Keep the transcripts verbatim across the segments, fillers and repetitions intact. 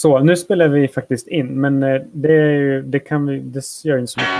Så, nu spelar vi faktiskt in, men det, är ju, det kan vi, det gör inte så mycket.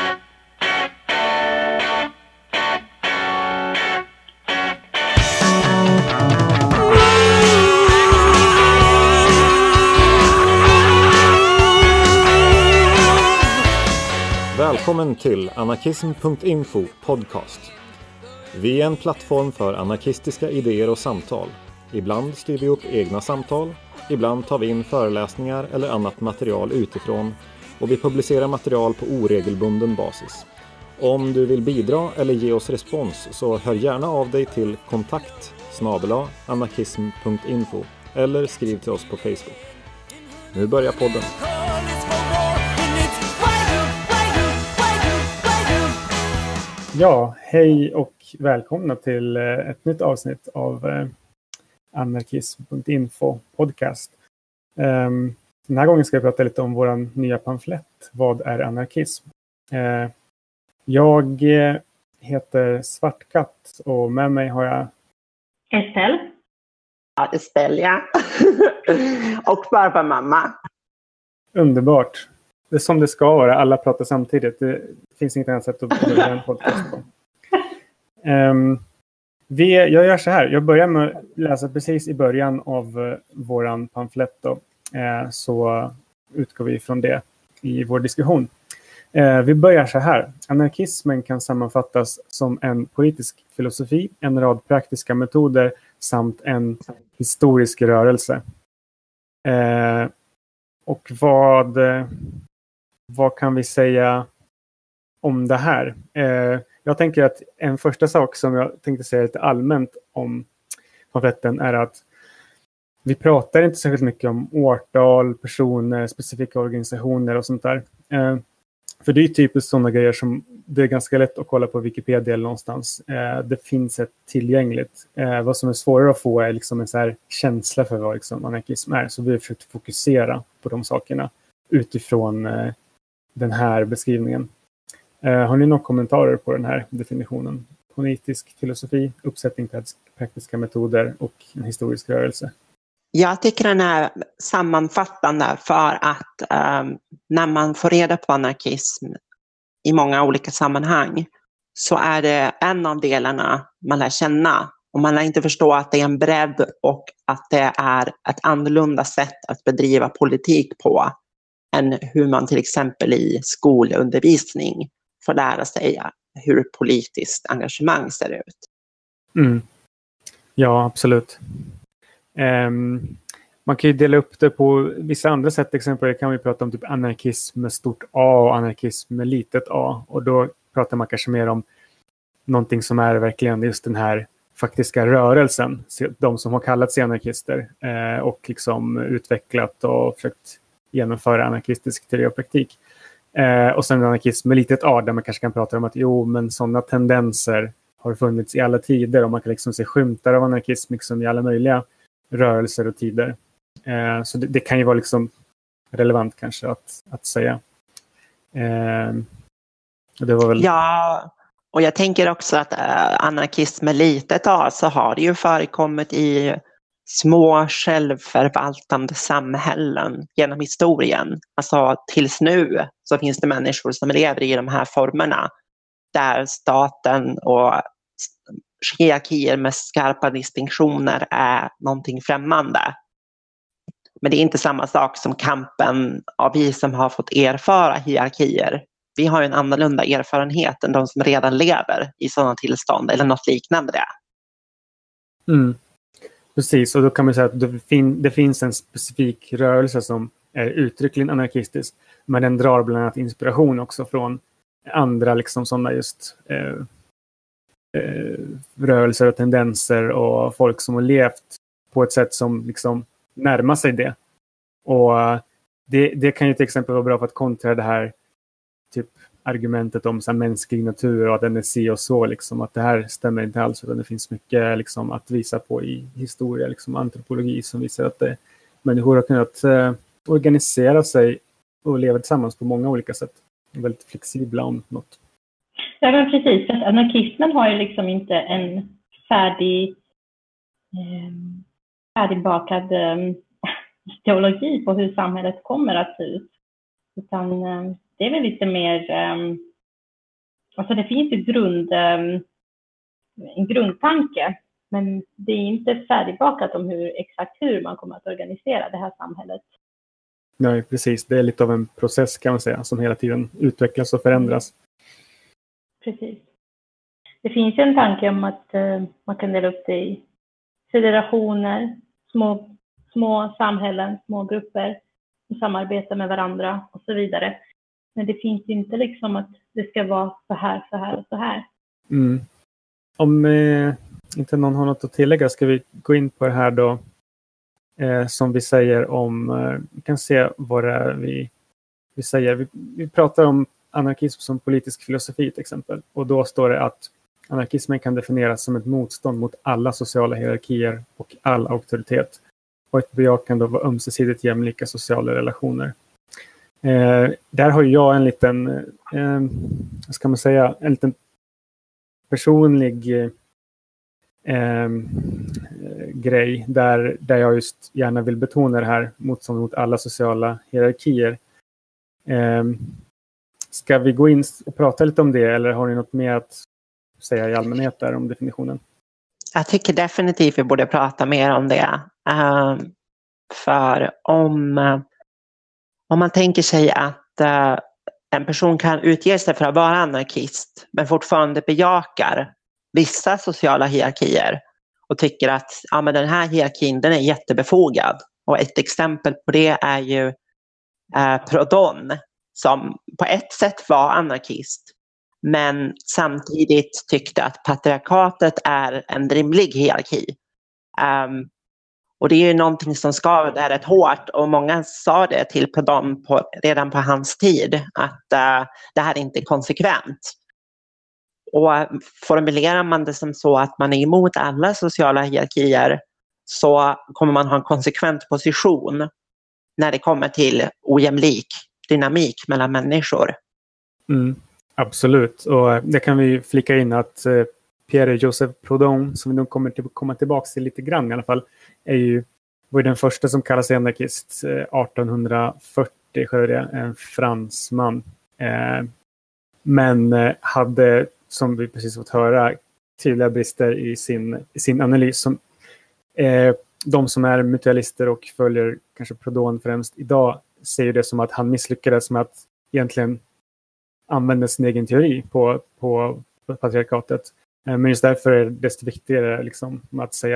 Välkommen till anarkism punkt info podcast. Vi är en plattform för anarkistiska idéer och samtal. Ibland styr vi upp egna samtal, ibland tar vi in föreläsningar eller annat material utifrån och vi publicerar material på oregelbunden basis. Om du vill bidra eller ge oss respons så hör gärna av dig till kontakt snabel-a anarkism punkt info eller skriv till oss på Facebook. Nu börjar podden. Ja, hej och välkomna till ett nytt avsnitt av anarkism punkt info podcast. Den här gången ska jag prata lite om vår nya pamflett. Vad är anarkism? Jag heter Svartkatt och med mig har jag Estelle. Ja, Estelle, ja. Och bara mamma. Underbart. Det är som det ska vara. Alla pratar samtidigt. Det finns inget annat sätt att börja en podcast på. Um, vi, jag gör så här. Jag börjar med att läsa precis i början av uh, våran pamflett. Då. Uh, så utgår vi från det i vår diskussion. Uh, vi börjar så här. Anarkismen kan sammanfattas som en politisk filosofi, en rad praktiska metoder samt en historisk rörelse. Uh, och vad... Uh, Vad kan vi säga om det här? Eh, jag tänker att en första sak som jag tänkte säga lite allmänt om pamfletten är att vi pratar inte särskilt mycket om årtal, personer, specifika organisationer och sånt där. Eh, för det är typiskt sådana grejer som det är ganska lätt att kolla på Wikipedia eller någonstans. Eh, det finns ett tillgängligt. Eh, vad som är svårare att få är liksom en så här känsla för vad liksom anarkism är. Så vi har försökt fokusera på de sakerna utifrån eh, den här beskrivningen. Uh, har ni några kommentarer på den här definitionen? Politisk filosofi, uppsättning på praktiska metoder och en historisk rörelse. Jag tycker den är sammanfattande för att um, när man får reda på anarkism i många olika sammanhang så är det en av delarna man lär känna. Och man lär inte förstå att det är en bredd och att det är ett annorlunda sätt att bedriva politik på än hur man till exempel i skolundervisning får lära sig hur politiskt engagemang ser ut. Mm. Ja, absolut. Um, man kan ju dela upp det på vissa andra sätt. Till exempel kan vi prata om typ anarkism med stort A och anarkism med litet a. Och då pratar man kanske mer om någonting som är verkligen just den här faktiska rörelsen. De som har kallat sig anarkister eh, och liksom utvecklat och försökt genomföra anarkistisk teori och praktik. Eh, och sen anarkism med litet a där man kanske kan prata om att jo, men sådana tendenser har funnits i alla tider och man kan liksom se skymtar av anarkism liksom i alla möjliga rörelser och tider. Eh, så det, det kan ju vara liksom relevant kanske att, att säga. Eh, det var väl... Ja, och jag tänker också att äh, anarkism med litet a så har det ju förekommit i små självförvaltande samhällen genom historien. Alltså tills nu så finns det människor som lever i de här formerna där staten och hierarkier med skarpa distinktioner är någonting främmande. Men det är inte samma sak som kampen av vi som har fått erfara hierarkier. Vi har ju en annorlunda erfarenhet än de som redan lever i sådana tillstånd eller något liknande det. Mm. Precis, och då kan man säga att det, fin- det finns en specifik rörelse som är uttryckligen anarkistisk. Men den drar bland annat inspiration också från andra liksom sådana just eh, eh, rörelser och tendenser och folk som har levt på ett sätt som liksom närmar sig det. Och det, det kan ju till exempel vara bra för att kontra det här typ argumentet om så här, mänsklig natur och att den är si och så liksom, att det här stämmer inte alls utan det finns mycket liksom, att visa på i historia, liksom antropologi som visar att det, människor har kunnat eh, organisera sig och leva tillsammans på många olika sätt. Väldigt flexibla om något. Ja, men precis. För att anarkismen har ju liksom inte en färdig eh, färdigbakad eh, teologi på hur samhället kommer att se ut. Utan eh, det är väl lite mer, eh, alltså det finns ju grund, eh, en grundtanke, men det är inte färdigbakat om hur, exakt hur man kommer att organisera det här samhället. Nej, precis. Det är lite av en process kan man säga, som hela tiden utvecklas och förändras. Precis. Det finns en tanke om att eh, man kan dela upp det i federationer, små, små samhällen, små grupper som samarbetar med varandra och så vidare. Men det finns inte liksom att det ska vara så här, så här och så här. Mm. Om eh, inte någon har något att tillägga ska vi gå in på det här då. Eh, som vi säger om, eh, vi kan se vad det är vi, vi säger. Vi, vi pratar om anarkism som politisk filosofi till exempel. Och då står det att anarkismen kan definieras som ett motstånd mot alla sociala hierarkier och all auktoritet. Och ett bejakande av ömsesidigt jämlika sociala relationer. Eh, där har jag en liten, eh, vad ska man säga, en liten personlig eh, grej där, där jag just gärna vill betona det här motstånd mot alla sociala hierarkier. Eh, ska vi gå in och prata lite om det eller har ni något mer att säga i allmänhet där om definitionen? Jag tycker definitivt vi borde prata mer om det. Uh, för om, uh, om man tänker sig att uh, en person kan utge sig för att vara anarkist men fortfarande bejakar vissa sociala hierarkier och tycker att ja, men den här hierarkin den är jättebefogad. Och ett exempel på det är ju uh, Proudhon som på ett sätt var anarkist men samtidigt tyckte att patriarkatet är en rimlig hierarki. Um, och det är ju någonting som skaver rätt hårt och många sa det till Proudhon på, redan på hans tid att uh, det här är inte konsekvent. Och formulerar man det som så att man är emot alla sociala hierarkier så kommer man ha en konsekvent position när det kommer till ojämlik dynamik mellan människor. Mm. Absolut, och det kan vi flika in att eh, Pierre-Joseph Proudhon, som vi nog kommer till, komma tillbaka till lite grann i alla fall, är ju, var ju den första som kallas anarkist eh, arton fyrtio, så är det en fransman. Eh, men eh, hade, som vi precis fått höra, tydliga brister i sin, i sin analys. Som, eh, de som är mutualister och följer kanske Proudhon främst idag ser det som att han misslyckades med att egentligen använder sin egen teori på, på patriarkatet. Men just därför är det desto viktigare liksom, att säga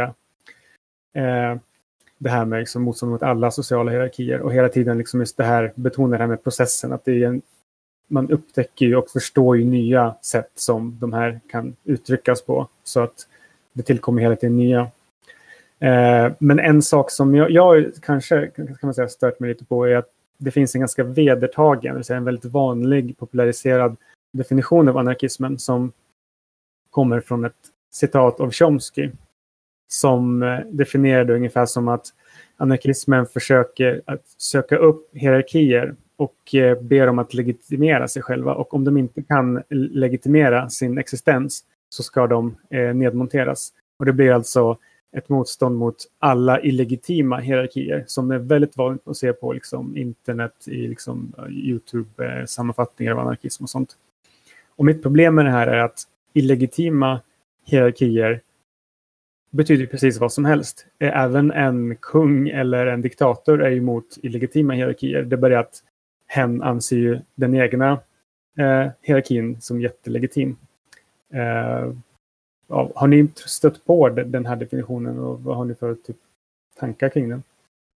eh, det här med liksom, motstånd mot alla sociala hierarkier. Och hela tiden liksom, just det här betonar det här med processen. Att det är en, man upptäcker ju och förstår ju nya sätt som de här kan uttryckas på. Så att det tillkommer hela tiden nya. Eh, men en sak som jag, jag kanske kan man säga, stört mig lite på är att det finns en ganska vedertagen, det vill säga en väldigt vanlig populariserad definition av anarkismen som kommer från ett citat av Chomsky som definierar det ungefär som att anarkismen försöker att söka upp hierarkier och ber dem att legitimera sig själva, och om de inte kan legitimera sin existens så ska de eh, nedmonteras. Och det blir alltså ett motstånd mot alla illegitima hierarkier som är väldigt vanligt att se på liksom, internet i liksom, YouTube-sammanfattningar av anarkism och sånt. Och mitt problem med det här är att illegitima hierarkier betyder precis vad som helst. Även en kung eller en diktator är emot illegitima hierarkier. Det börjar att hen anser ju den egna eh, hierarkin som jättelegitim. Eh, Ja, har ni stött på den här definitionen och vad har ni för typ tankar kring den?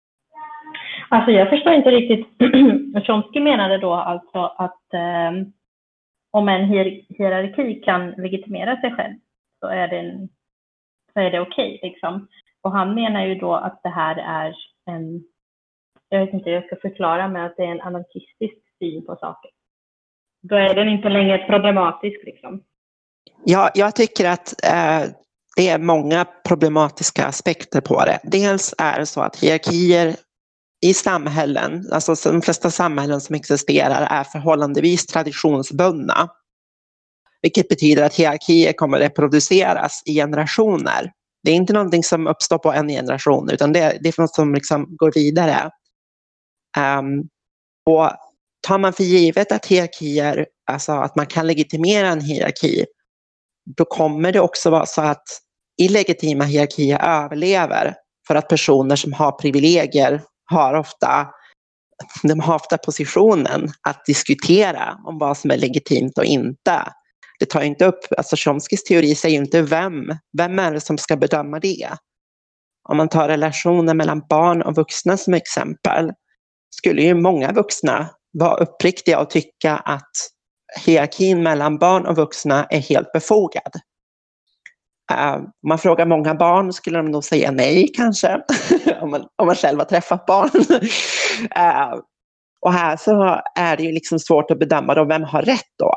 Alltså jag förstår inte riktigt. Chomsky menade då alltså att eh, om en hier- hierarki kan legitimera sig själv så är det, en, så är det okej liksom. Och han menar ju då att det här är en, jag vet inte hur jag ska förklara, men att det är en anarkistisk syn på saker. Då är den inte längre problematisk liksom. Ja, jag tycker att eh, det är många problematiska aspekter på det. Dels är det så att hierarkier i samhällen, alltså de flesta samhällen som existerar, är förhållandevis traditionsbundna. Vilket betyder att hierarkier kommer att reproduceras i generationer. Det är inte någonting som uppstår på en generation, utan det, det är något som liksom går vidare. Um, och tar man för givet att hierarkier, alltså att man kan legitimera en hierarki, då kommer det också vara så att illegitima hierarkier överlever, för att personer som har privilegier har ofta, de har ofta positionen att diskutera om vad som är legitimt och inte. Det tar inte upp, alltså Chomskys teori säger ju inte vem, vem är det som ska bedöma det. Om man tar relationer mellan barn och vuxna som exempel, skulle ju många vuxna vara uppriktiga och tycka att hierarkin mellan barn och vuxna är helt befogad. Uh, om man frågar många barn skulle de nog säga nej kanske, om, man, om man själv har träffat barn. uh, och här så är det ju liksom svårt att bedöma då, vem har rätt då?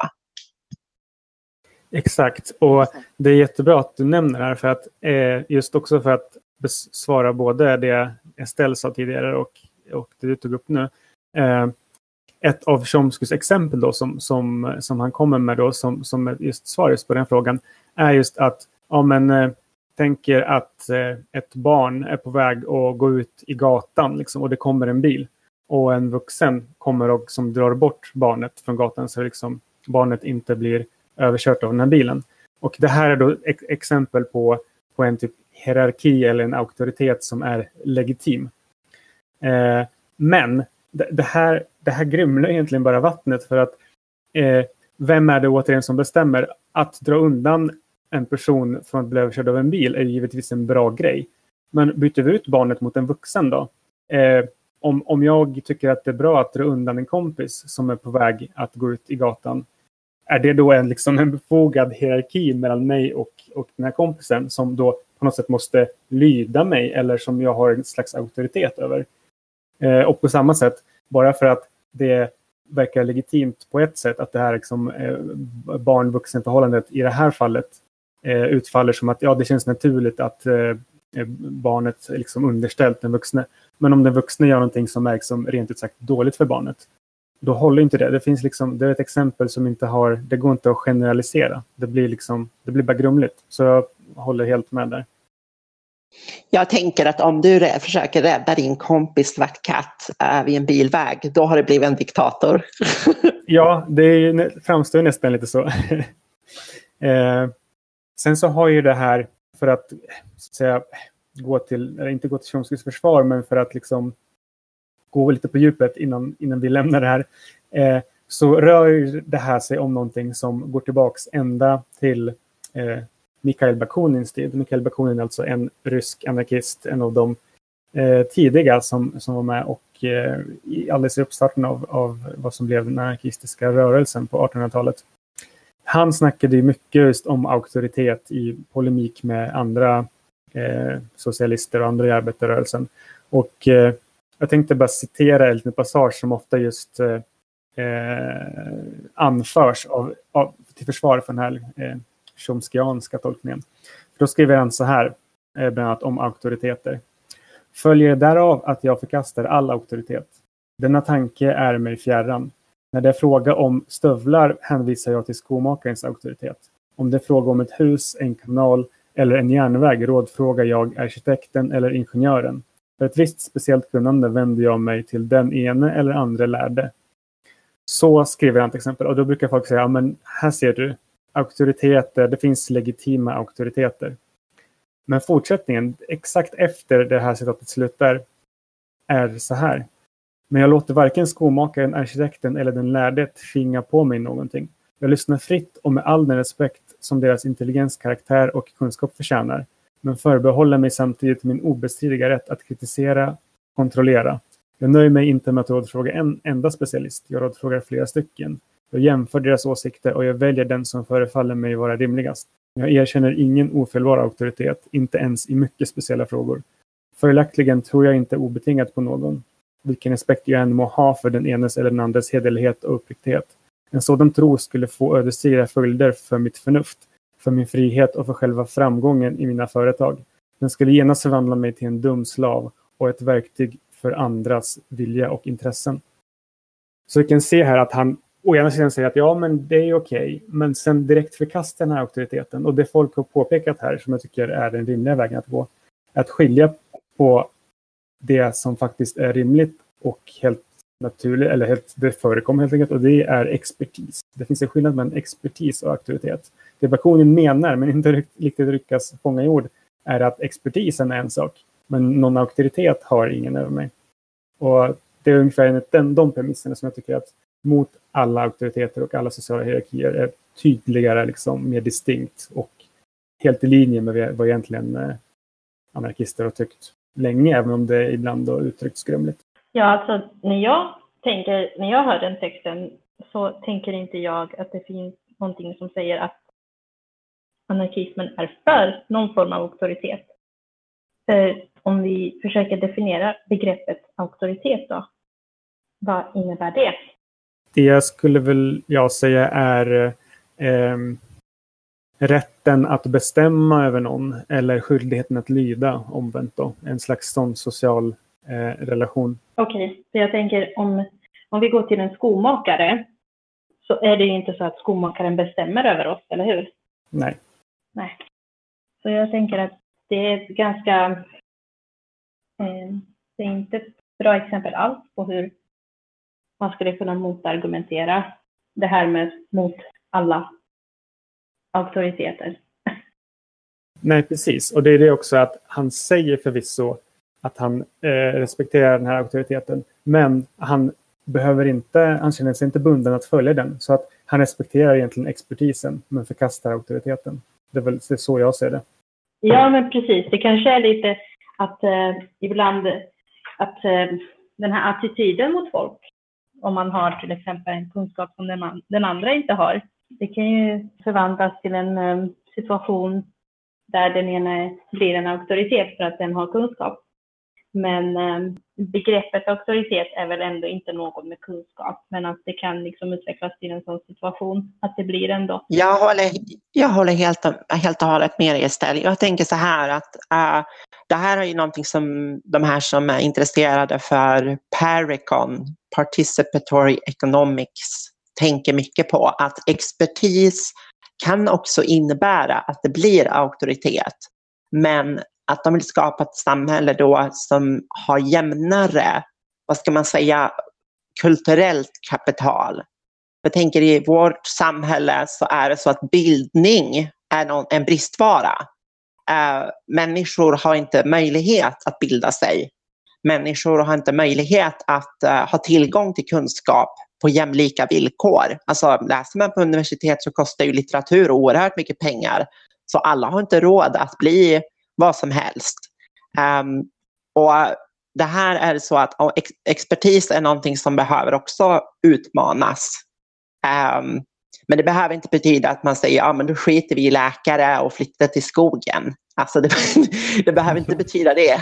Exakt, och det är jättebra att du nämner det här, för att eh, just också för att besvara både det Estelle sa tidigare och, och det du tog upp nu. Eh, ett av Chomskys exempel då som, som, som han kommer med då som, som just svar just på den frågan är just att om man eh, tänker att eh, ett barn är på väg att gå ut i gatan liksom, och det kommer en bil och en vuxen kommer och som drar bort barnet från gatan så liksom barnet inte blir överkört av den här bilen. Och det här är då ett exempel på, på en typ hierarki eller en auktoritet som är legitim. Eh, men det, det, här, det här grymlar egentligen bara vattnet, för att eh, vem är det återigen som bestämmer? Att dra undan en person från att bli överkörd av en bil är givetvis en bra grej. Men byter vi ut barnet mot en vuxen då? Eh, om, om jag tycker att det är bra att dra undan en kompis som är på väg att gå ut i gatan, är det då en, liksom en befogad hierarki mellan mig och, och den här kompisen som då på något sätt måste lyda mig eller som jag har en slags auktoritet över? Eh, och på samma sätt, bara för att det verkar legitimt på ett sätt att det här liksom, eh, barn-vuxen-förhållandet i det här fallet eh, utfaller som att ja, det känns naturligt att eh, barnet är liksom underställt den vuxne. Men om den vuxne gör någonting som är liksom rent ut sagt dåligt för barnet, då håller inte det. Det finns liksom, det är ett exempel som inte har, det går inte att generalisera. Det blir liksom, det blir bara grumligt. Så jag håller helt med där. Jag tänker att om du försöker rädda din kompis svart katt äh, vid en bilväg, då har det blivit en diktator. Ja, det är, framstår nästan lite så. eh, sen så har ju det här, för att, så att säga, gå till, eller inte gå till Chomskys försvar, men för att liksom gå lite på djupet innan, innan vi lämnar det här, eh, så rör det här sig om någonting som går tillbaks ända till eh, Mikhail Bakunins tid. Mikhail Bakunin är alltså en rysk anarkist, en av de eh, tidiga som, som var med och eh, i alldeles i uppstarten av, av vad som blev den anarkistiska rörelsen på artonhundratalet. Han snackade ju mycket just om auktoritet i polemik med andra eh, socialister och andra i arbetarrörelsen. Och eh, jag tänkte bara citera en liten passage som ofta just eh, anförs av, av, till försvar för den här eh, chomskianska tolkningen. För då skriver han så här, eh, bland annat om auktoriteter. Följer därav att jag förkastar all auktoritet. Denna tanke är mig fjärran. När det är fråga om stövlar hänvisar jag till skomakarens auktoritet. Om det är fråga om ett hus, en kanal eller en järnväg rådfrågar jag arkitekten eller ingenjören. För ett visst speciellt kunnande vänder jag mig till den ene eller andra lärde. Så skriver han till exempel. Och då brukar folk säga, ja men här ser du auktoriteter, det finns legitima auktoriteter. Men fortsättningen, exakt efter det här citatet slutar, är så här. Men jag låter varken skomakaren, arkitekten eller den lärde tvinga på mig någonting. Jag lyssnar fritt och med all den respekt som deras intelligens, karaktär och kunskap förtjänar. Men förbehåller mig samtidigt min obestridliga rätt att kritisera, kontrollera. Jag nöjer mig inte med att rådfråga en enda specialist. Jag rådfrågar flera stycken. Jag jämför deras åsikter och jag väljer den som förefaller mig vara rimligast. Jag erkänner ingen ofelbar auktoritet, inte ens i mycket speciella frågor. Följaktligen tror jag inte obetingat på någon. Vilken respekt jag än må ha för den enes eller den andres hederlighet och uppriktighet. En sådan tro skulle få ödesdigra följder för mitt förnuft, för min frihet och för själva framgången i mina företag. Den skulle genast förvandla mig till en dum slav och ett verktyg för andras vilja och intressen. Så vi kan se här att han å ena sidan säga att ja, men det är okej. Men sen direkt förkasta den här auktoriteten. Och det folk har påpekat här, som jag tycker är den rimliga vägen att gå, att skilja på det som faktiskt är rimligt och helt naturligt, eller helt, det förekommer helt enkelt, och det är expertis. Det finns en skillnad mellan expertis och auktoritet. Det Bakunin menar, men inte riktigt lyckas fånga i ord, är att expertisen är en sak, men någon auktoritet har ingen över mig. Och det är ungefär enligt den, de premisserna som jag tycker att mot alla auktoriteter och alla sociala hierarkier är tydligare, liksom, mer distinkt och helt i linje med vad egentligen eh, anarkister har tyckt länge, även om det ibland har uttryckt skrömligt. Ja, alltså när jag tänker, när jag hör den texten så tänker inte jag att det finns någonting som säger att anarkismen är för någon form av auktoritet. För om vi försöker definiera begreppet auktoritet då, vad innebär det? Det skulle väl jag säga är eh, rätten att bestämma över någon eller skyldigheten att lyda, omvänt då. En slags sån social eh, relation. Okej, okay. Så jag tänker om, om vi går till en skomakare så är det ju inte så att skomakaren bestämmer över oss, eller hur? Nej. Nej. Så jag tänker att det är ett ganska, eh, det är inte ett bra exempel alls på hur man skulle kunna motargumentera det här med mot alla auktoriteter. Nej, precis. Och det är det också att han säger förvisso att han eh, respekterar den här auktoriteten. Men han behöver inte, han känner sig inte bunden att följa den. Så att han respekterar egentligen expertisen men förkastar auktoriteten. Det är väl det är så jag ser det. Ja, men precis. Det kanske är lite att eh, ibland att eh, den här attityden mot folk, om man har till exempel en kunskap som den, man, den andra inte har, det kan ju förvandlas till en um, situation där den ena blir en auktoritet för att den har kunskap. Men um, begreppet auktoritet är väl ändå inte något med kunskap, men att det kan liksom utvecklas till en sån situation att det blir ändå. Jag håller, jag håller helt, helt och hållet med dig, Estelle. Jag tänker så här att uh, det här är ju någonting som de här som är intresserade för Paricon, Participatory Economics, tänker mycket på, att expertis kan också innebära att det blir auktoritet, men att de vill skapa ett samhälle då som har jämnare, vad ska man säga, kulturellt kapital. Jag tänker i vårt samhälle så är det så att bildning är någon, en bristvara. Äh, människor har inte möjlighet att bilda sig. Människor har inte möjlighet att uh, ha tillgång till kunskap på jämlika villkor. Alltså läser man på universitet så kostar ju litteratur oerhört mycket pengar. Så alla har inte råd att bli vad som helst. Um, och det här är så att ex- expertis är någonting som behöver också utmanas. Um, men det behöver inte betyda att man säger ja men då skiter vi i läkare och flyttar till skogen. Alltså det, det behöver inte betyda det.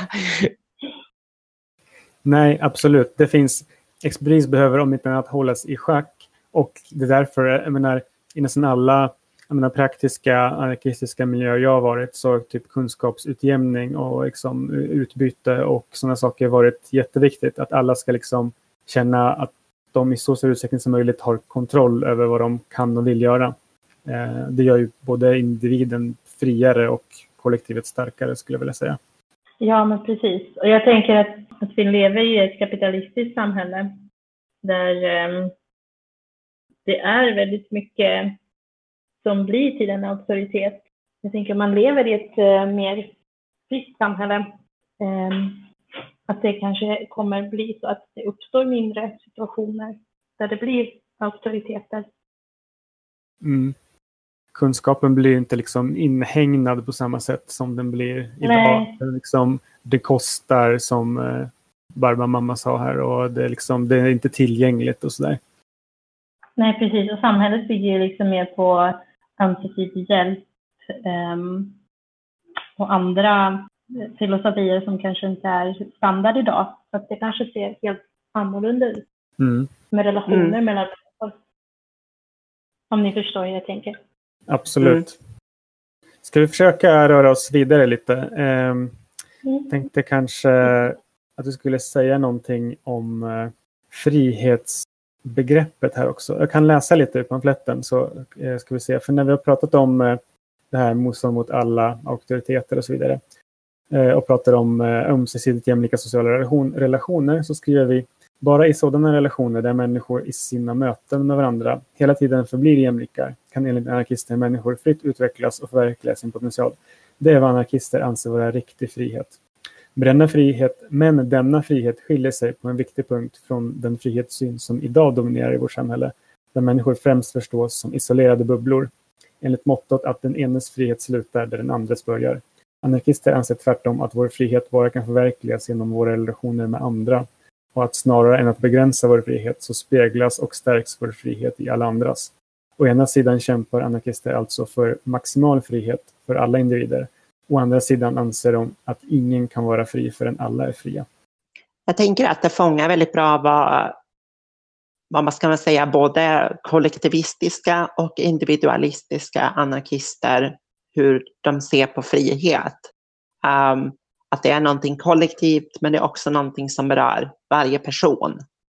Nej, absolut. Det finns, expertis behöver om inte annat hållas i schack, och det är därför, jag menar, i nästan alla jag menar, praktiska anarkistiska miljöer jag har varit, så typ kunskapsutjämning och liksom utbyte och sådana saker har varit jätteviktigt. Att alla ska liksom känna att de i så stor utsträckning som möjligt har kontroll över vad de kan och vill göra. Eh, det gör ju både individen friare och kollektivet starkare, skulle jag vilja säga. Ja, men precis. Och jag tänker att, att vi lever i ett kapitalistiskt samhälle där um, det är väldigt mycket som blir till en auktoritet. Jag tänker att man lever i ett uh, mer fritt samhälle. Um, att det kanske kommer bli så att det uppstår mindre situationer där det blir auktoriteter. Mm. Kunskapen blir inte liksom inhägnad på samma sätt som den blir idag. Nej. Det, liksom, det kostar, som eh, Barbara mamma sa här, och det är, liksom, det är inte tillgängligt och sådär. Nej, precis. Och samhället bygger liksom mer på ömsesidig hjälp um, och andra filosofier som kanske inte är standard idag. Så att det kanske ser helt annorlunda ut mm. med relationer mm. mellan människor. Om ni förstår hur jag tänker. Absolut. Mm. Ska vi försöka röra oss vidare lite? Eh, mm. Tänkte kanske att du skulle säga någonting om eh, frihets begreppet här också. Jag kan läsa lite ur pamfletten så eh, ska vi se. För när vi har pratat om eh, det här motstånd mot alla auktoriteter och så vidare eh, och pratar om eh, ömsesidigt jämlika sociala relation, relationer så skriver vi bara i sådana relationer där människor i sina möten med varandra hela tiden förblir jämlika kan enligt anarkister människor fritt utvecklas och förverkliga sin potential. Det är vad anarkister anser vara riktig frihet. Men denna frihet, men denna frihet skiljer sig på en viktig punkt från den frihetssyn som idag dominerar i vårt samhälle, där människor främst förstås som isolerade bubblor, enligt mottot att den enes frihet slutar där den andres börjar. Anarkister anser tvärtom att vår frihet bara kan förverkligas genom våra relationer med andra, och att snarare än att begränsa vår frihet så speglas och stärks vår frihet i alla andras. Å ena sidan kämpar anarkister alltså för maximal frihet för alla individer. Å andra sidan anser de att ingen kan vara fri förrän alla är fria. Jag tänker att det fångar väldigt bra vad, vad man ska man säga, både kollektivistiska och individualistiska anarkister, hur de ser på frihet. Um, att det är någonting kollektivt, men det är också någonting som berör varje person.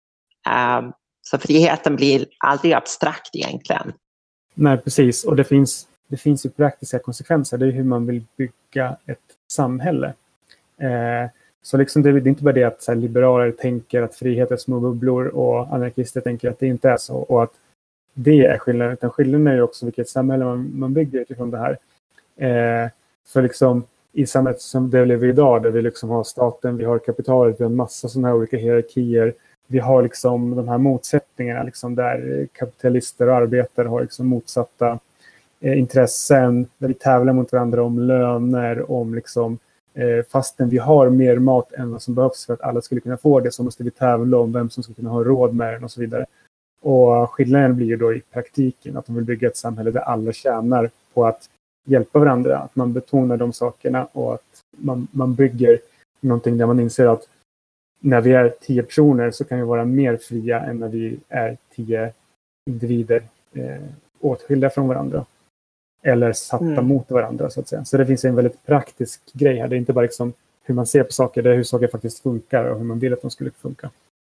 Um, så friheten blir aldrig abstrakt egentligen. Nej, precis. Och det finns, det finns ju praktiska konsekvenser. Det är hur man vill bygga ett samhälle. Eh, så liksom det, det är inte bara det att så här, liberaler tänker att frihet är små bubblor och anarkister tänker att det inte är så. Och att det är skillnaden. Utan skillnaden är ju också vilket samhälle man, man bygger utifrån det här. Eh, för liksom i samhället som det lever idag, där vi liksom har staten, vi har kapitalet, vi har en massa sådana här olika hierarkier. Vi har liksom de här motsättningarna liksom där kapitalister och arbetare har liksom motsatta eh, intressen, där vi tävlar mot varandra om löner, om liksom eh, fastän vi har mer mat än vad som behövs för att alla skulle kunna få det, så måste vi tävla om vem som ska kunna ha råd med den och så vidare. Och skillnaden blir ju då i praktiken att de vill bygga ett samhälle där alla tjänar på att hjälpa varandra, att man betonar de sakerna och att man, man bygger någonting där man inser att när vi är tio personer så kan vi vara mer fria än när vi är tio individer eh, åtskilda från varandra. Eller satta mm. mot varandra så att säga. Så det finns en väldigt praktisk grej här. Det är inte bara liksom hur man ser på saker, det är hur saker faktiskt funkar och hur man vill att de skulle funka.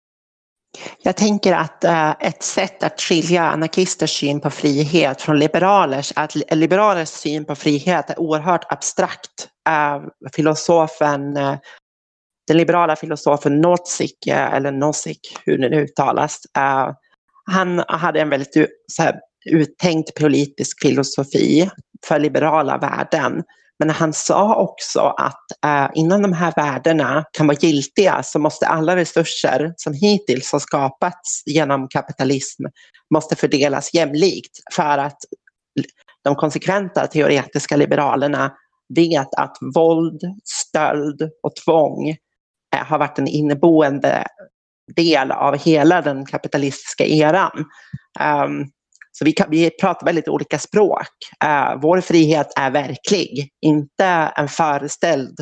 Jag tänker att äh, ett sätt att skilja anarkisters syn på frihet från liberalers, att liberalers syn på frihet är oerhört abstrakt. Äh, filosofen, äh, den liberala filosofen Nozick, äh, eller Nozick, hur det uttalas, äh, han hade en väldigt så här, uttänkt politisk filosofi för liberala värden. Men han sa också att äh, innan de här värdena kan vara giltiga så måste alla resurser som hittills har skapats genom kapitalism måste fördelas jämlikt, för att de konsekventa teoretiska liberalerna vet att våld, stöld och tvång äh, har varit en inneboende del av hela den kapitalistiska eran. Um, Så vi, kan, vi pratar väldigt olika språk. Uh, vår frihet är verklig, inte en föreställd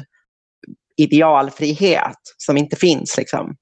idealfrihet som inte finns. Liksom.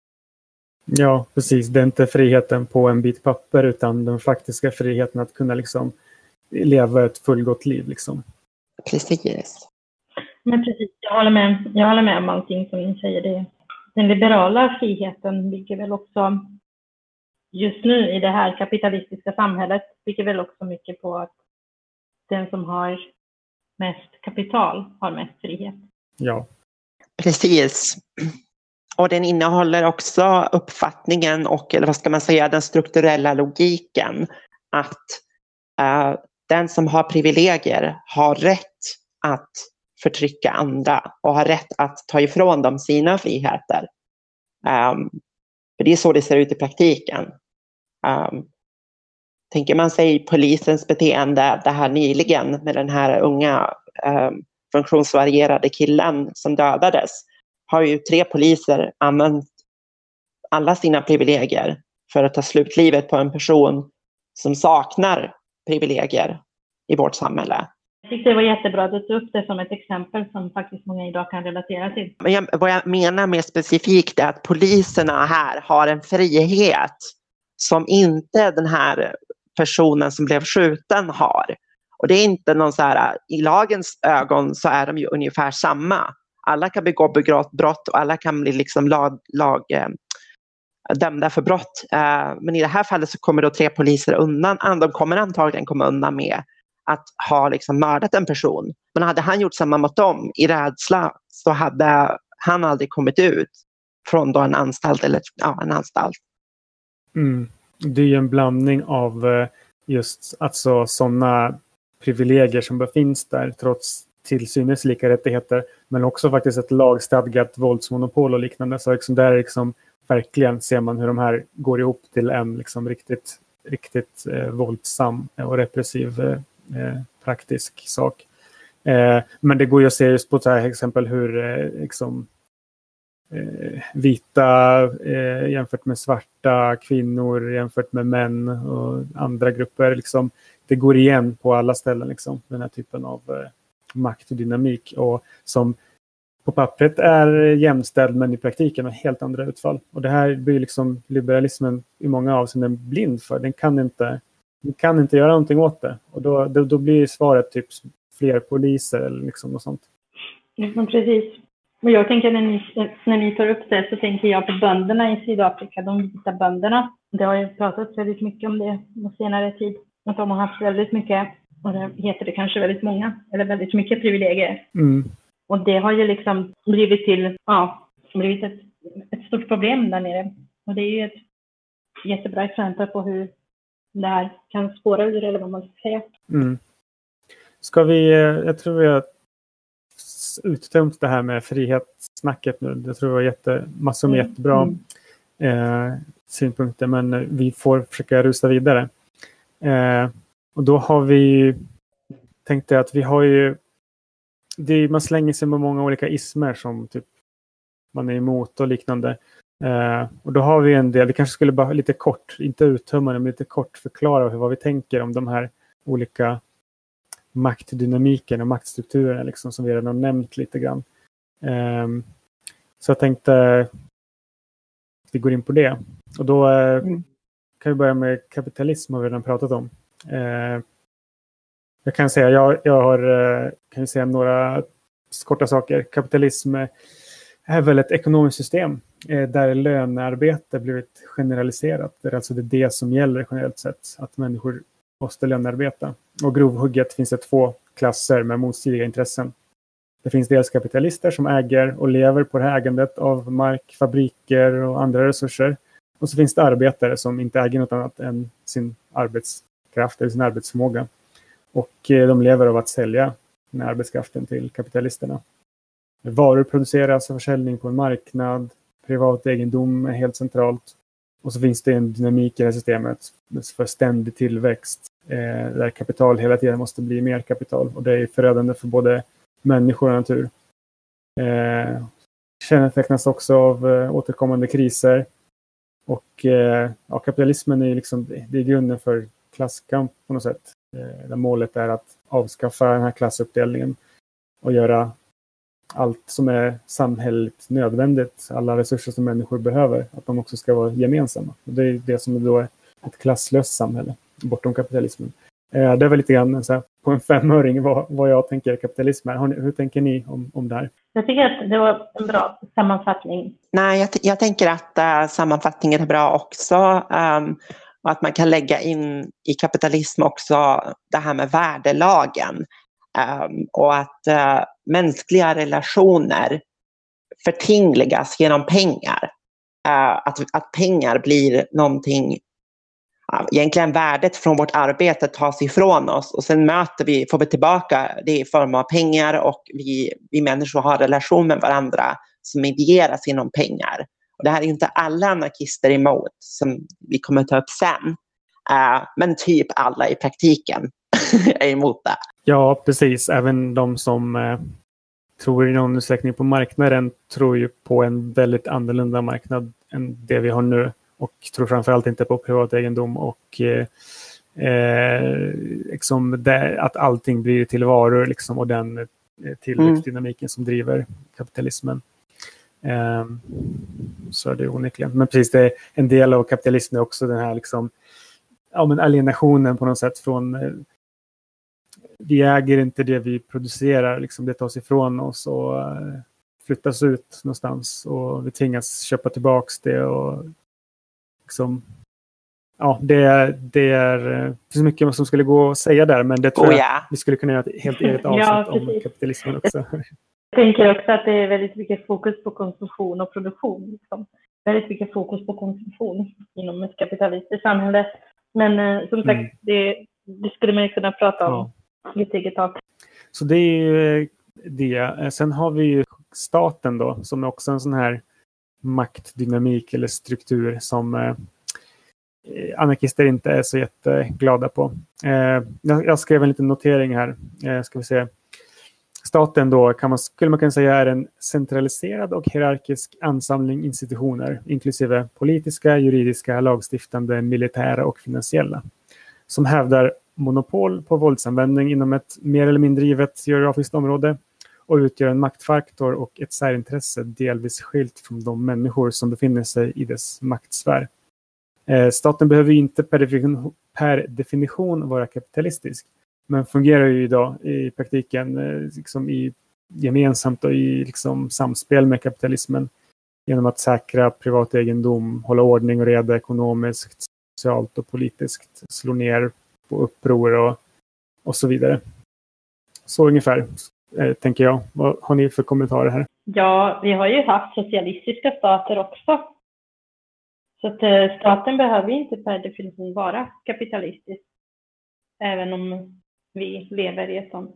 Ja, precis. Det är inte friheten på en bit papper utan den faktiska friheten att kunna liksom leva ett fullgott liv. Liksom. Precis. Men precis, jag håller med, jag håller med om allting som ni säger. Det. Den liberala friheten bygger väl också just nu i det här kapitalistiska samhället, bygger väl också mycket på att den som har mest kapital har mest frihet. Ja. Precis. Och den innehåller också uppfattningen och, eller vad ska man säga, den strukturella logiken att uh, den som har privilegier har rätt att förtrycka andra och har rätt att ta ifrån dem sina friheter. Um, för det är så det ser ut i praktiken. Um, tänker man sig polisens beteende det här nyligen med den här unga um, funktionsvarierade killen som dödades, har ju tre poliser använt alla sina privilegier för att ta slutlivet på en person som saknar privilegier i vårt samhälle. Jag tyckte det var jättebra att du tog upp det som ett exempel som faktiskt många idag kan relatera till. Men jag, vad jag menar mer specifikt är att poliserna här har en frihet som inte den här personen som blev skjuten har. Och det är inte någon så här, i lagens ögon så är de ju ungefär samma. Alla kan begå brott och alla kan bli liksom lag, lag, dömda för brott. Uh, men i det här fallet så kommer då tre poliser undan. De kommer antagligen komma undan med att ha liksom mördat en person. Men hade han gjort samma mot dem i rädsla så hade han aldrig kommit ut från då en anstalt. Eller, ja, en anstalt. Mm. Det är ju en blandning av just alltså sådana privilegier som finns där trots till synes lika rättigheter, men också faktiskt ett lagstadgat våldsmonopol och liknande. Så liksom där liksom verkligen ser man hur de här går ihop till en liksom riktigt, riktigt eh, våldsam och repressiv eh, praktisk sak. Eh, men det går ju att se just på ett här exempel hur eh, liksom, eh, vita eh, jämfört med svarta, kvinnor jämfört med män och andra grupper. Liksom, det går igen på alla ställen, liksom, den här typen av eh, makt och dynamik. Och som på pappret är jämställd men i praktiken har helt andra utfall. Och det här blir liksom liberalismen i många avseenden blind för. Den kan inte, den kan inte göra någonting åt det. Och då, då, då blir svaret typ fler poliser eller liksom något sånt. Ja, precis. Men jag tänker när ni, när ni tar upp det så tänker jag på bönderna i Sydafrika, de vita bönderna. Det har ju pratats väldigt mycket om det på senare tid. Att de har haft väldigt mycket, och det heter det kanske väldigt många, eller väldigt mycket privilegier. Mm. Och det har ju liksom blivit till, ja, blivit ett, ett stort problem där nere. Och det är ju ett jättebra exempel på hur det här kan spåra ur, eller vad man ska säga. Mm. Ska vi, jag tror vi har uttömt det här med frihetssnacket nu. Jag tror det var jätte, massor med mm. jättebra eh, synpunkter, men vi får försöka rusa vidare. Eh, och då har vi tänkt att vi har ju det, man slänger sig med många olika ismer som typ man är emot och liknande. Eh, och då har vi en del, vi kanske skulle bara lite kort, inte uttömmande, men lite kort förklara vad vi tänker om de här olika maktdynamiken och maktstrukturen liksom, som vi redan har nämnt lite grann. Eh, så jag tänkte vi går in på det. Och då eh, mm. kan vi börja med kapitalism, har vi redan pratat om. Eh, jag kan säga, jag, jag har kan säga några korta saker. Kapitalism är väl ett ekonomiskt system eh, där lönearbete blivit generaliserat. Det är alltså det, det som gäller generellt sett, att människor måste lönearbeta. Och grovhugget finns det två klasser med motstridiga intressen. Det finns dels kapitalister som äger och lever på det här ägandet av mark, fabriker och andra resurser. Och så finns det arbetare som inte äger något annat än sin arbetskraft eller sin arbetsförmåga. Och eh, de lever av att sälja den här arbetskraften till kapitalisterna. Varor produceras och försäljning på en marknad. Privat egendom är helt centralt. Och så finns det en dynamik i det här systemet för ständig tillväxt. Eh, där kapital hela tiden måste bli mer kapital. Och det är förödande för både människor och natur. Eh, kännetecknas också av eh, återkommande kriser. Och eh, ja, kapitalismen är liksom, det är grunden för klasskamp på något sätt. Eh, där målet är att avskaffa den här klassuppdelningen och göra allt som är samhälleligt nödvändigt, alla resurser som människor behöver, att de också ska vara gemensamma. Och det är det som då är ett klasslöst samhälle bortom kapitalismen. Eh, det är väl lite grann så här, på en femöring vad, vad jag tänker kapitalism är. Ni, hur tänker ni om, om det här? Jag tycker att det var en bra sammanfattning. Nej, jag, jag tänker att uh, sammanfattningen är bra också. Um, och att man kan lägga in i kapitalism också det här med värdelagen. Um, och att uh, mänskliga relationer förtingligas genom pengar. Uh, att, att pengar blir någonting, uh, egentligen värdet från vårt arbete tas ifrån oss och sen möter vi, får vi tillbaka det i form av pengar, och vi, vi människor har relation med varandra som medieras genom pengar. Och det här är inte alla anarkister emot, som vi kommer ta upp sen. Uh, men typ alla i praktiken är emot det. Ja, precis. Även de som eh, tror i någon utsträckning på marknaden tror ju på en väldigt annorlunda marknad än det vi har nu. Och tror framförallt inte på privat egendom och eh, eh, liksom det, att allting blir till varor liksom, och den eh, tillväxtdynamiken mm. som driver kapitalismen. Eh, så är det onekligen. Men precis, det är en del av kapitalismen är också den här liksom, ja, men alienationen på något sätt från eh, vi äger inte det vi producerar, liksom det tas ifrån oss och uh, flyttas ut någonstans och vi tvingas köpa tillbaks det och liksom, ja, det, det är det finns mycket som skulle gå att säga där, men det tror oh, jag yeah. vi skulle kunna göra ett helt eget avsnitt ja, om kapitalismen också. Jag tänker också att det är väldigt mycket fokus på konsumtion och produktion. Liksom. Väldigt mycket fokus på konsumtion inom ett kapitalistiskt samhälle. Men eh, som sagt, mm. det, det skulle man kunna prata om ja. lite eget tag. Så det är ju det. Sen har vi ju staten då, som är också en sån här maktdynamik eller struktur som eh, anarkister inte är så jätteglada på. Eh, jag, jag skrev en liten notering här. Eh, ska vi se. Staten då kan man, skulle man kunna säga är en centraliserad och hierarkisk ansamling institutioner, inklusive politiska, juridiska, lagstiftande, militära och finansiella, som hävdar monopol på våldsanvändning inom ett mer eller mindre givet geografiskt område och utgör en maktfaktor och ett särintresse delvis skilt från de människor som befinner sig i dess maktsfär. Eh, staten behöver ju inte per definition, per definition vara kapitalistisk, men fungerar ju idag i praktiken eh, liksom i, gemensamt och i liksom, samspel med kapitalismen genom att säkra privat egendom, hålla ordning och reda ekonomiskt, socialt och politiskt, slå ner på uppror och, och så vidare. Så ungefär eh, tänker jag. Vad har ni för kommentarer här? Ja, vi har ju haft socialistiska stater också. Så att eh, staten behöver inte per definition vara kapitalistisk. Även om vi lever i ett sånt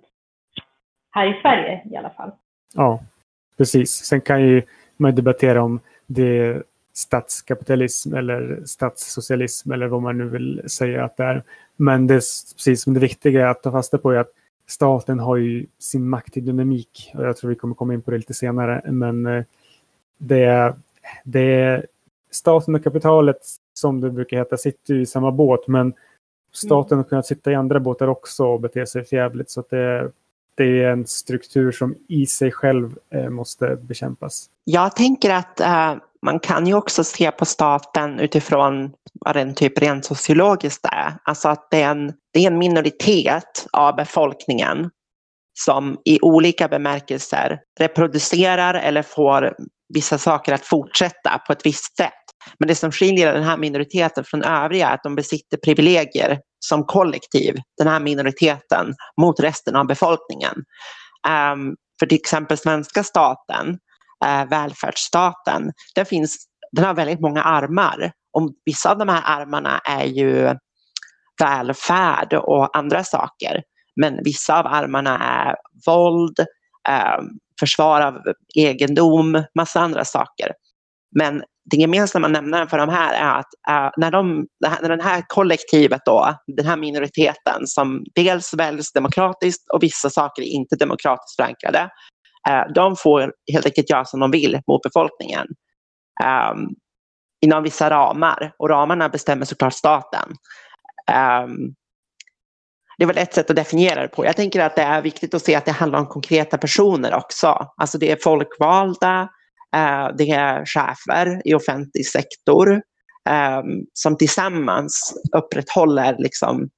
här i Sverige i alla fall. Ja, precis. Sen kan ju man debattera om det är statskapitalism eller statssocialism eller vad man nu vill säga att det är. Men det är precis som det viktiga är att ta fasta på är att staten har ju sin makt i dynamik. Och jag tror vi kommer komma in på det lite senare. Men det är, det är staten och kapitalet, som det brukar heta, sitter i samma båt, men staten har kunnat sitta i andra båtar också och bete sig förjävligt, så att det, det är en struktur som i sig själv eh, måste bekämpas. Jag tänker att eh, man kan ju också se på staten utifrån vad den typ rent sociologiskt är. Alltså att det är, en, det är en minoritet av befolkningen som i olika bemärkelser reproducerar eller får vissa saker att fortsätta på ett visst sätt. Men det som skiljer den här minoriteten från övriga är att de besitter privilegier som kollektiv, den här minoriteten, mot resten av befolkningen. Um, för till exempel svenska staten, uh, välfärdsstaten, den, finns, den har väldigt många armar. Och vissa av de här armarna är ju välfärd och andra saker. Men vissa av armarna är våld, um, försvar av egendom, massa andra saker. Men det gemensamma nämnaren för de här är att uh, när, de, när den här kollektivet då, den här minoriteten som dels väljs demokratiskt och vissa saker är inte demokratiskt förankrade, uh, de får helt enkelt göra som de vill mot befolkningen um, inom vissa ramar, och ramarna bestämmer såklart staten. Um, det är väl ett sätt att definiera det på. Jag tänker att det är viktigt att se att det handlar om konkreta personer också. Alltså det är folkvalda, det är chefer i offentlig sektor um, som tillsammans upprätthåller liksom,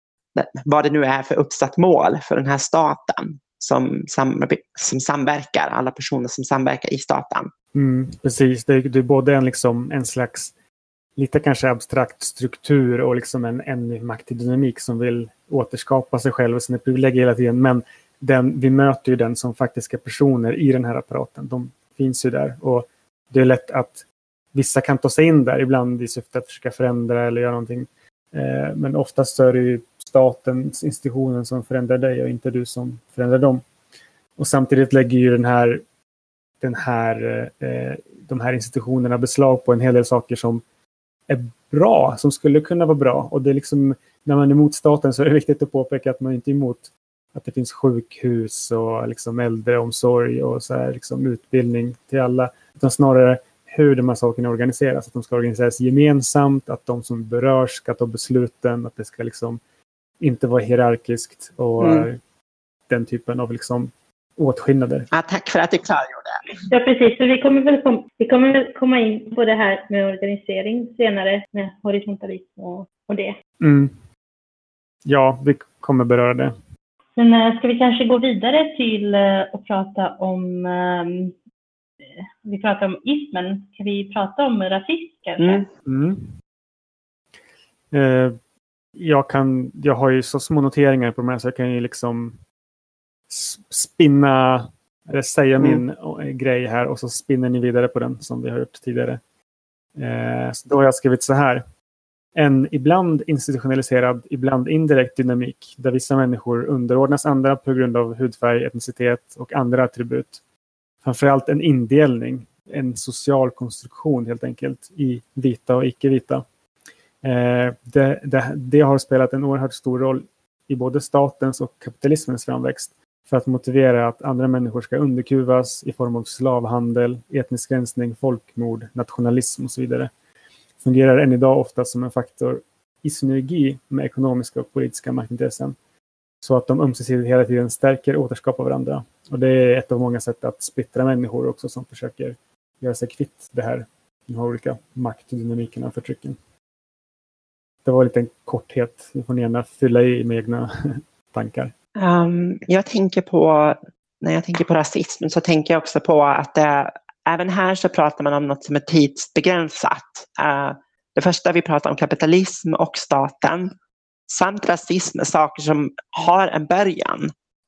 vad det nu är för uppsatt mål för den här staten som, sam- som samverkar, alla personer som samverkar i staten. Mm, precis, det är, det är både en, liksom, en slags lite kanske abstrakt struktur och liksom en, en maktdynamik som vill återskapa sig själv och sina privilegier hela tiden, men den, vi möter ju den som faktiska personer i den här apparaten. De finns ju där, och det är lätt att vissa kan ta sig in där ibland i syfte att försöka förändra eller göra någonting. Eh, men oftast så är det ju statens institutionen som förändrar dig och inte du som förändrar dem. Och samtidigt lägger ju den här, den här, eh, de här institutionerna beslag på en hel del saker som är bra, som skulle kunna vara bra. Och det är liksom, när man är emot staten så är det viktigt att påpeka att man inte är emot att det finns sjukhus och liksom äldreomsorg och så här, liksom utbildning till alla. Utan snarare hur de här sakerna organiseras. Att de ska organiseras gemensamt, att de som berörs ska ta besluten, att det ska liksom inte vara hierarkiskt och mm. den typen av liksom åtskillnader. Ja, tack för att du klargjorde. Ja, precis. Så vi kommer väl kom, vi kommer väl komma in på det här med organisering senare, med horisontalism och, och det. Mm. Ja, vi kommer beröra det. Men äh, ska vi kanske gå vidare till äh, och prata om äh, vi pratar om ismen. Kan vi prata om rasism kanske? Mm. Mm. Eh, jag, kan, jag har ju så små noteringar på de här så jag kan ju liksom spinna eller säga mm. min grej här och så spinner ni vidare på den som vi har gjort tidigare. Eh, så då har jag skrivit så här. En ibland institutionaliserad, ibland indirekt dynamik där vissa människor underordnas andra på grund av hudfärg, etnicitet och andra attribut. Framförallt en indelning, en social konstruktion helt enkelt i vita och icke-vita. Eh, det, det, det har spelat en oerhört stor roll i både statens och kapitalismens framväxt för att motivera att andra människor ska underkuvas i form av slavhandel, etnisk rensning, folkmord, nationalism och så vidare. Fungerar än idag ofta som en faktor i synergi med ekonomiska och politiska maktintressen så att de ömsesidigt hela tiden stärker och återskapar varandra. Och det är ett av många sätt att splittra människor också som försöker göra sig kvitt det här, de här olika maktdynamikerna och förtrycken. Det var lite en korthet. Nu får ni gärna fylla i med egna tankar. Um, jag tänker på, när jag tänker på rasism så tänker jag också på att det, även här så pratar man om något som är tidsbegränsat. Uh, det första vi pratar om kapitalism och staten samt rasism är saker som har en början.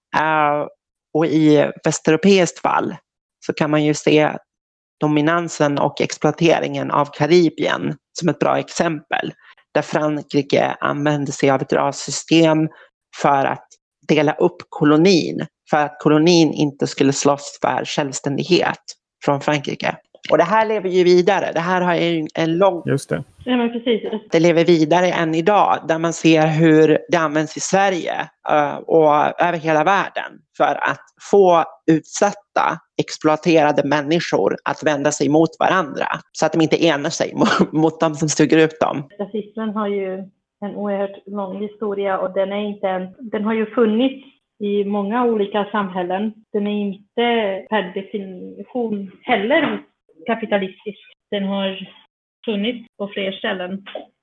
Uh, och i västeuropeiskt fall så kan man ju se dominansen och exploateringen av Karibien som ett bra exempel. Där Frankrike använde sig av ett rassystem för att dela upp kolonin. För att kolonin inte skulle slåss för självständighet från Frankrike. Och det här lever ju vidare. Det här har ju en lång... Just det. Ja, men precis. Det lever vidare än idag. Där man ser hur det används i Sverige uh, och över hela världen. För att få utsatta, exploaterade människor att vända sig mot varandra. Så att de inte enar sig mot, mot de som suger ut dem. Rasismen har ju en oerhört lång historia och den är inte, den har ju funnits i många olika samhällen. Den är inte per definition heller kapitalistisk. Den har funnits på fler ställen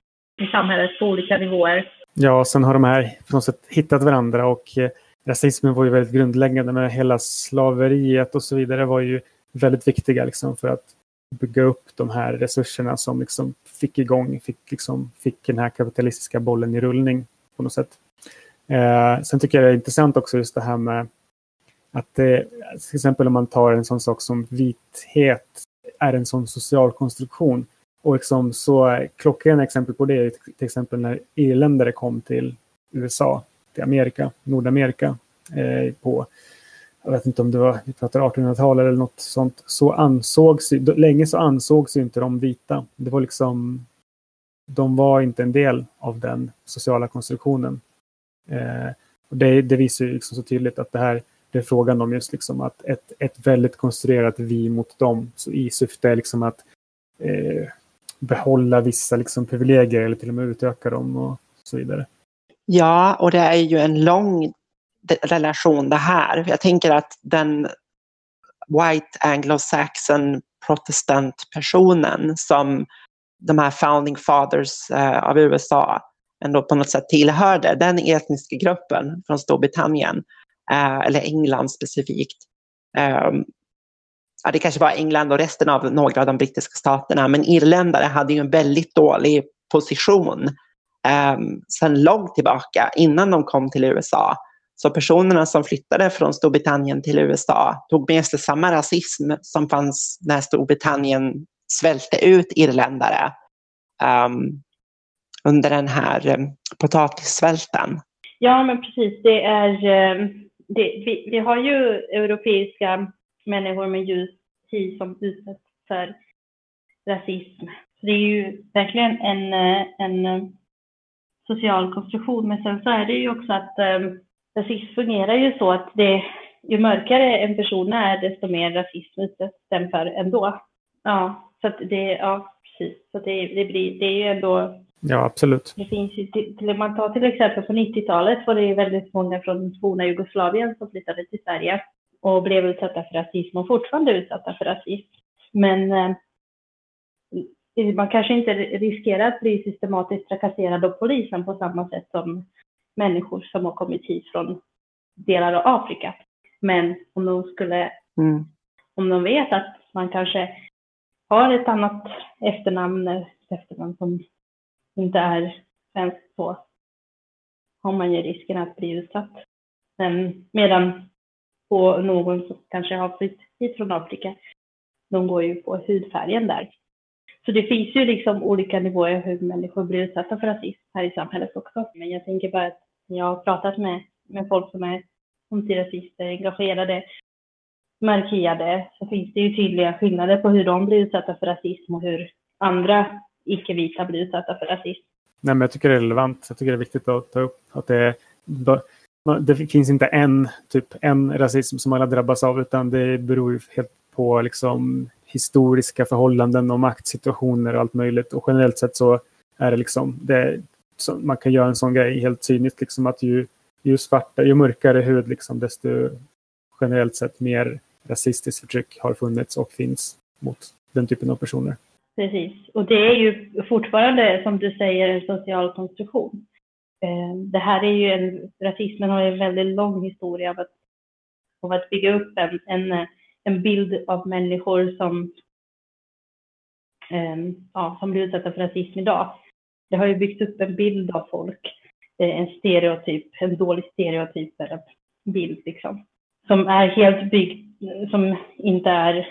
i samhället på olika nivåer. Ja, sen har de här på något sätt hittat varandra och eh, rasismen var ju väldigt grundläggande med hela slaveriet och så vidare var ju väldigt viktiga liksom, för att bygga upp de här resurserna som liksom fick igång, fick, liksom, fick den här kapitalistiska bollen i rullning på något sätt. Eh, sen tycker jag det är intressant också just det här med att det, till exempel om man tar en sån sak som vithet är en sån social konstruktion och liksom så klockrena exempel på det är till exempel när irländare kom till U S A, till Amerika, Nordamerika eh, på jag vet inte om det var, vi pratar artonhundratalet eller något sånt, så ansågs, länge så ansågs ju inte de vita. Det var liksom, de var inte en del av den sociala konstruktionen. Eh, och det, det visar ju liksom så tydligt att det här, det är frågan om just liksom att ett, ett väldigt konstruerat vi mot dem, så i syfte är liksom att eh, behålla vissa liksom privilegier eller till och med utöka dem och så vidare. Ja, och det är ju en lång relation det här. Jag tänker att den white anglo-saxon protestant-personen som de här founding fathers eh, av U S A ändå på något sätt tillhörde, den etniska gruppen från Storbritannien eh, eller England specifikt. Eh, ja, det kanske var England och resten av några av de brittiska staterna, men irländare hade ju en väldigt dålig position eh, sedan långt tillbaka innan de kom till U S A. Så personerna som flyttade från Storbritannien till U S A tog med sig samma rasism som fanns när Storbritannien svälte ut irländare um, under den här um, potatissvälten. Ja, men precis. Det är, det, vi, vi har ju europeiska människor med ljus hy som utsätts för rasism. Det är ju verkligen en, en social konstruktion, men sen så är det ju också att um, rasism fungerar ju så att det, ju mörkare en person är, desto mer rasism utsätts den för ändå. Ja, så att det, ja, precis. Så det, det, blir, det är ju ändå... Ja, absolut. Det finns ju, till, man tar till exempel på nittiotalet var det väldigt många från forna Jugoslavien som flyttade till Sverige och blev utsatta för rasism och fortfarande utsatta för rasism. Men eh, man kanske inte riskerar att bli systematiskt trakasserad av polisen på samma sätt som människor som har kommit hit från delar av Afrika. Men om de skulle, mm. om de vet att man kanske har ett annat efternamn, efternamn som inte är sen så har man ju risken att bli utsatt. Men medan på någon som kanske har flytt hit från Afrika, de går ju på hudfärgen där. Så det finns ju liksom olika nivåer hur människor blir utsatta för rasism här i samhället också. Men jag tänker bara att jag har pratat med, med folk som är antirasister, engagerade, markerade, så finns det ju tydliga skillnader på hur de blir utsatta för rasism och hur andra icke-vita blir utsatta för rasism. Nej, men jag tycker det är relevant. Jag tycker det är viktigt att ta upp att det, det finns inte en, typ, en rasism som alla drabbas av, utan det beror ju helt på liksom historiska förhållanden och maktsituationer och allt möjligt. Och generellt sett så är det liksom, det, så man kan göra en sån grej helt cyniskt, liksom att ju, ju svarta, ju mörkare hud, liksom, desto generellt sett mer rasistiskt förtryck har funnits och finns mot den typen av personer. Precis, och det är ju fortfarande, som du säger, en social konstruktion. Det här är ju en, rasismen har en väldigt lång historia av att, av att bygga upp en, en, en bild av människor som, ja, som blir utsatta för rasism idag. Det har ju byggt upp en bild av folk, en stereotyp, en dålig stereotyp eller bild liksom, som är helt byggd, som inte är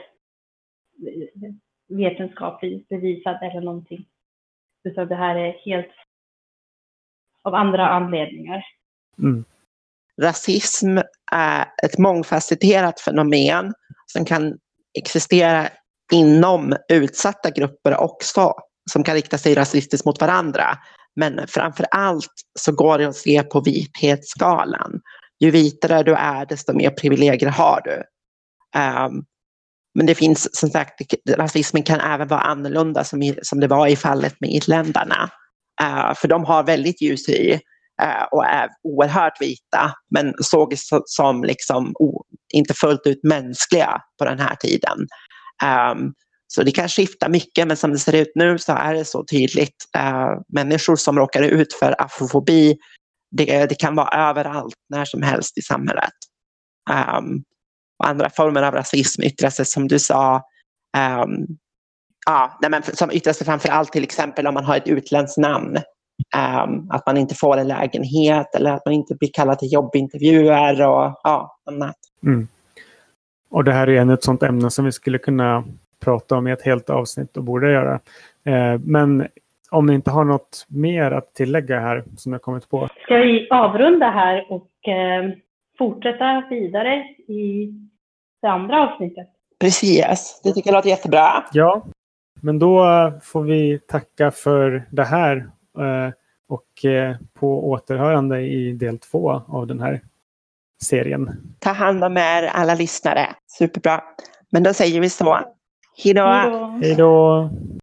vetenskapligt bevisad eller någonting. Utan det här är helt av andra anledningar. Mm. Rasism är ett mångfacetterat fenomen som kan existera inom utsatta grupper också, som kan rikta sig rasistiskt mot varandra. Men framför allt så går det att se på vithetsskalan. Ju vitare du är, desto mer privilegier har du. Um, men det finns, som sagt, rasismen kan även vara annorlunda som, i, som det var i fallet med irländarna. Uh, för de har väldigt ljus hy uh, och är oerhört vita, men sågs som liksom o, inte fullt ut mänskliga på den här tiden. Um, så det kan skifta mycket, men som det ser ut nu så är det så tydligt. Uh, människor som råkar ut för afrofobi, det, det kan vara överallt, när som helst i samhället. Um, och andra former av rasism yttrar sig, som du sa, um, ja, nej, men som yttrar sig framför allt till exempel om man har ett utländskt namn. Um, att man inte får en lägenhet eller att man inte blir kallad till jobbintervjuer och ja, annat. Mm. Och det här är en ett sånt ämne som vi skulle kunna prata om i ett helt avsnitt och borde göra. Eh, men om ni inte har något mer att tillägga här som jag kommit på. Ska vi avrunda här och eh, fortsätta vidare i det andra avsnittet? Precis, det tycker jag låter jättebra. Ja, men då får vi tacka för det här eh, och eh, på återhörande i del två av den här serien. Ta hand om er alla lyssnare. Superbra. Men då säger vi så. Hej då! Hej då!